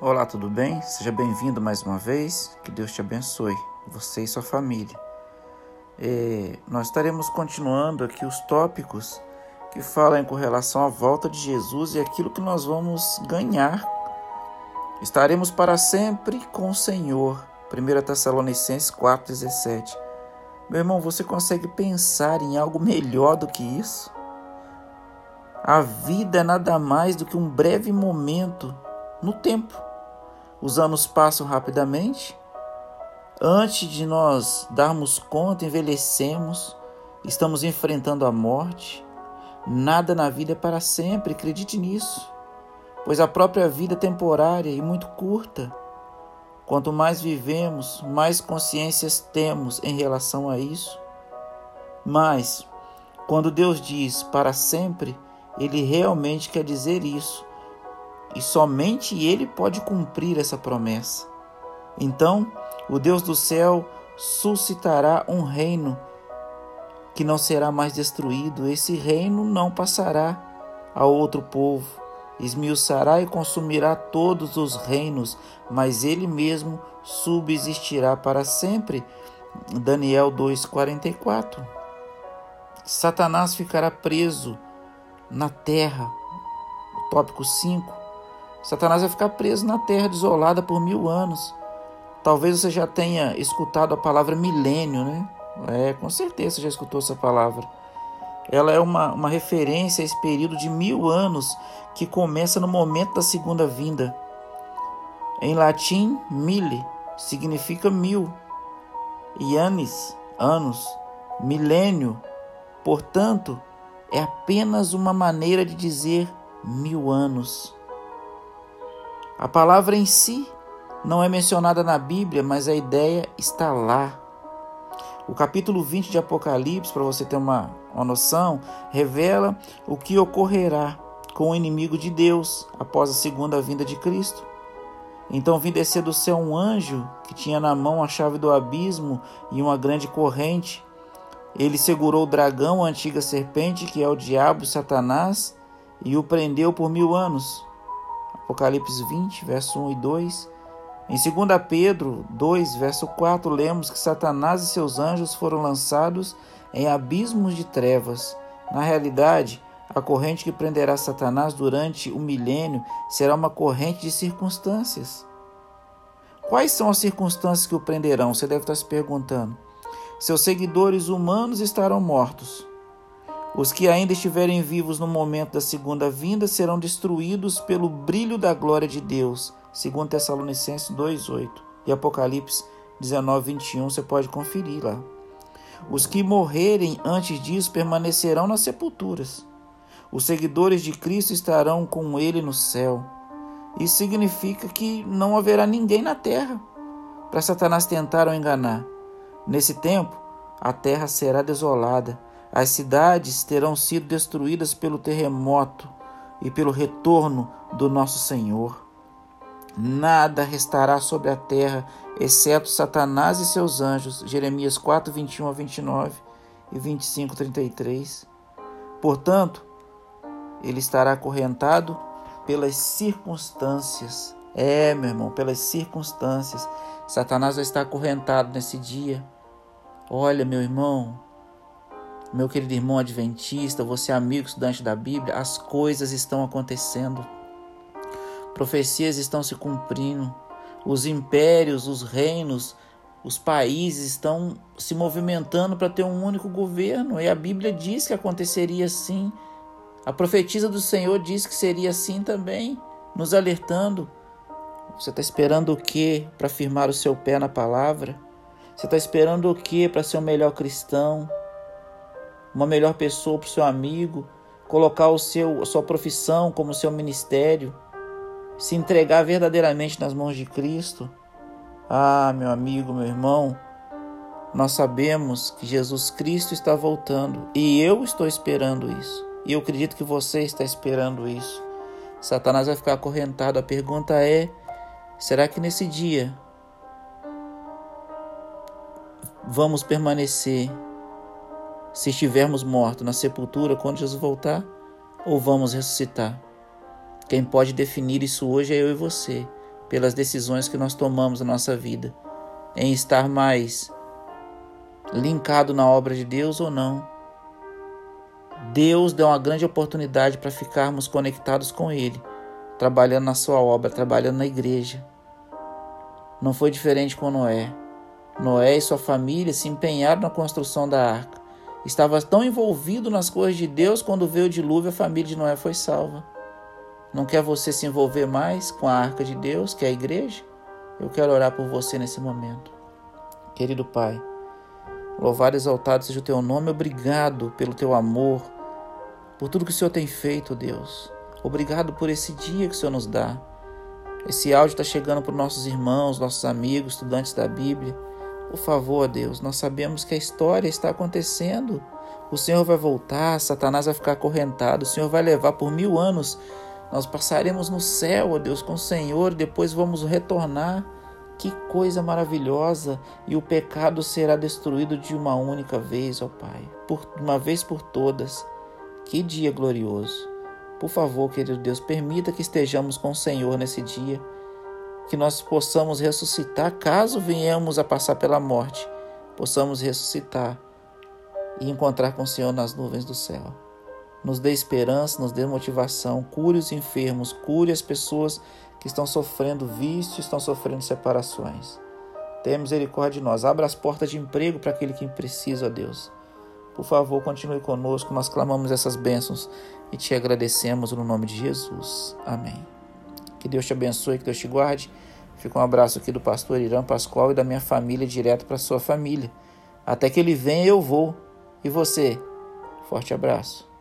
Olá, tudo bem? Seja bem-vindo mais uma vez. Que Deus te abençoe, você e sua família. Nós estaremos continuando aqui os tópicos que falam com relação à volta de Jesus e aquilo que nós vamos ganhar. Estaremos para sempre com o Senhor. 1 Tessalonicenses 4,17. Meu irmão, você consegue pensar em algo melhor do que isso? A vida é nada mais do que um breve momento no tempo. Os anos passam rapidamente. Antes de nós darmos conta, envelhecemos. Estamos enfrentando a morte. Nada na vida é para sempre, acredite nisso. Pois a própria vida é temporária e muito curta. Quanto mais vivemos, mais consciências temos em relação a isso. Mas, quando Deus diz para sempre, Ele realmente quer dizer isso. E somente Ele pode cumprir essa promessa. Então, o Deus do céu suscitará um reino que não será mais destruído. Esse reino não passará a outro povo. Esmiuçará e consumirá todos os reinos, mas Ele mesmo subsistirá para sempre. Daniel 2,44. Satanás ficará preso na terra. Tópico 5. Satanás vai ficar preso na terra desolada por 1000 anos. Talvez você já tenha escutado a palavra milênio, né? Com certeza você já escutou essa palavra. Ela é uma referência a esse período de 1000 anos que começa no momento da segunda vinda. Em latim, mille significa 1000. E anis, anos, milênio, portanto, é apenas uma maneira de dizer 1000 anos. A palavra em si não é mencionada na Bíblia, mas a ideia está lá. O capítulo 20 de Apocalipse, para você ter uma noção, revela o que ocorrerá com o inimigo de Deus após a segunda vinda de Cristo. Então vi descer do céu um anjo que tinha na mão a chave do abismo e uma grande corrente. Ele segurou o dragão, a antiga serpente, que é o diabo e Satanás, e o prendeu por 1000 anos. Apocalipse 20, verso 1 e 2. Em 2 Pedro 2, verso 4, lemos que Satanás e seus anjos foram lançados em abismos de trevas. Na realidade, a corrente que prenderá Satanás durante o milênio será uma corrente de circunstâncias. Quais são as circunstâncias que o prenderão? Você deve estar se perguntando. Seus seguidores humanos estarão mortos. Os que ainda estiverem vivos no momento da segunda vinda serão destruídos pelo brilho da glória de Deus. 2 Tessalonicenses 2,8 e Apocalipse 19:21, você pode conferir lá. Os que morrerem antes disso permanecerão nas sepulturas. Os seguidores de Cristo estarão com Ele no céu. Isso significa que não haverá ninguém na terra para Satanás tentar ou enganar. Nesse tempo, a terra será desolada. As cidades terão sido destruídas pelo terremoto e pelo retorno do nosso Senhor. Nada restará sobre a terra, exceto Satanás e seus anjos. Jeremias 4, 21 a 29 e 25, 33. Portanto, ele estará acorrentado pelas circunstâncias. Meu irmão, pelas circunstâncias. Satanás vai estar acorrentado nesse dia. Olha, meu irmão, meu querido irmão adventista, você amigo estudante da Bíblia, as coisas estão acontecendo. Profecias estão se cumprindo. Os impérios, os reinos, os países estão se movimentando para ter um único governo. E a Bíblia diz que aconteceria assim. A profetisa do Senhor diz que seria assim também, nos alertando. Você está esperando o quê para firmar o seu pé na palavra? Você está esperando o quê para ser um melhor cristão? Uma melhor pessoa para o seu amigo? Colocar a sua profissão como seu ministério? Se entregar verdadeiramente nas mãos de Cristo? Meu amigo, meu irmão, nós sabemos que Jesus Cristo está voltando e eu estou esperando isso. E eu acredito que você está esperando isso. Satanás vai ficar acorrentado. A pergunta é, será que nesse dia vamos permanecer, se estivermos mortos, na sepultura quando Jesus voltar, ou vamos ressuscitar? Quem pode definir isso hoje é eu e você. pelas decisões que nós tomamos na nossa vida, em estar mais linkado na obra de Deus ou não. Deus deu uma grande oportunidade para ficarmos conectados com Ele, trabalhando na sua obra, trabalhando na igreja. Não foi diferente com Noé. Noé e sua família se empenharam na construção da arca. Estava tão envolvido nas coisas de Deus, quando veio o dilúvio, a família de Noé foi salva. Não quer você se envolver mais com a arca de Deus, que é a igreja? Eu quero orar por você nesse momento. Querido Pai, louvado e exaltado seja o Teu nome. Obrigado pelo Teu amor, por tudo que o Senhor tem feito, Deus. Obrigado por esse dia que o Senhor nos dá. Esse áudio está chegando para os nossos irmãos, nossos amigos, estudantes da Bíblia. Por favor, Deus, nós sabemos que a história está acontecendo. O Senhor vai voltar, Satanás vai ficar acorrentado, o Senhor vai levar por 1000 anos. Nós passaremos no céu, ó Deus, com o Senhor, e depois vamos retornar. Que coisa maravilhosa! E o pecado será destruído de uma única vez, ó Pai, uma vez por todas. Que dia glorioso! Por favor, querido Deus, permita que estejamos com o Senhor nesse dia, que nós possamos ressuscitar, caso venhamos a passar pela morte, possamos ressuscitar e encontrar com o Senhor nas nuvens do céu. Nos dê esperança, nos dê motivação, cure os enfermos, cure as pessoas que estão sofrendo vício, estão sofrendo separações. Tenha misericórdia de nós, abra as portas de emprego para aquele que precisa, ó Deus. Por favor, continue conosco, nós clamamos essas bênçãos e te agradecemos no nome de Jesus. Amém. Que Deus te abençoe, que Deus te guarde. Fica um abraço aqui do pastor Irã Pascoal e da minha família direto para a sua família. Até que ele venha eu vou. E você? Forte abraço.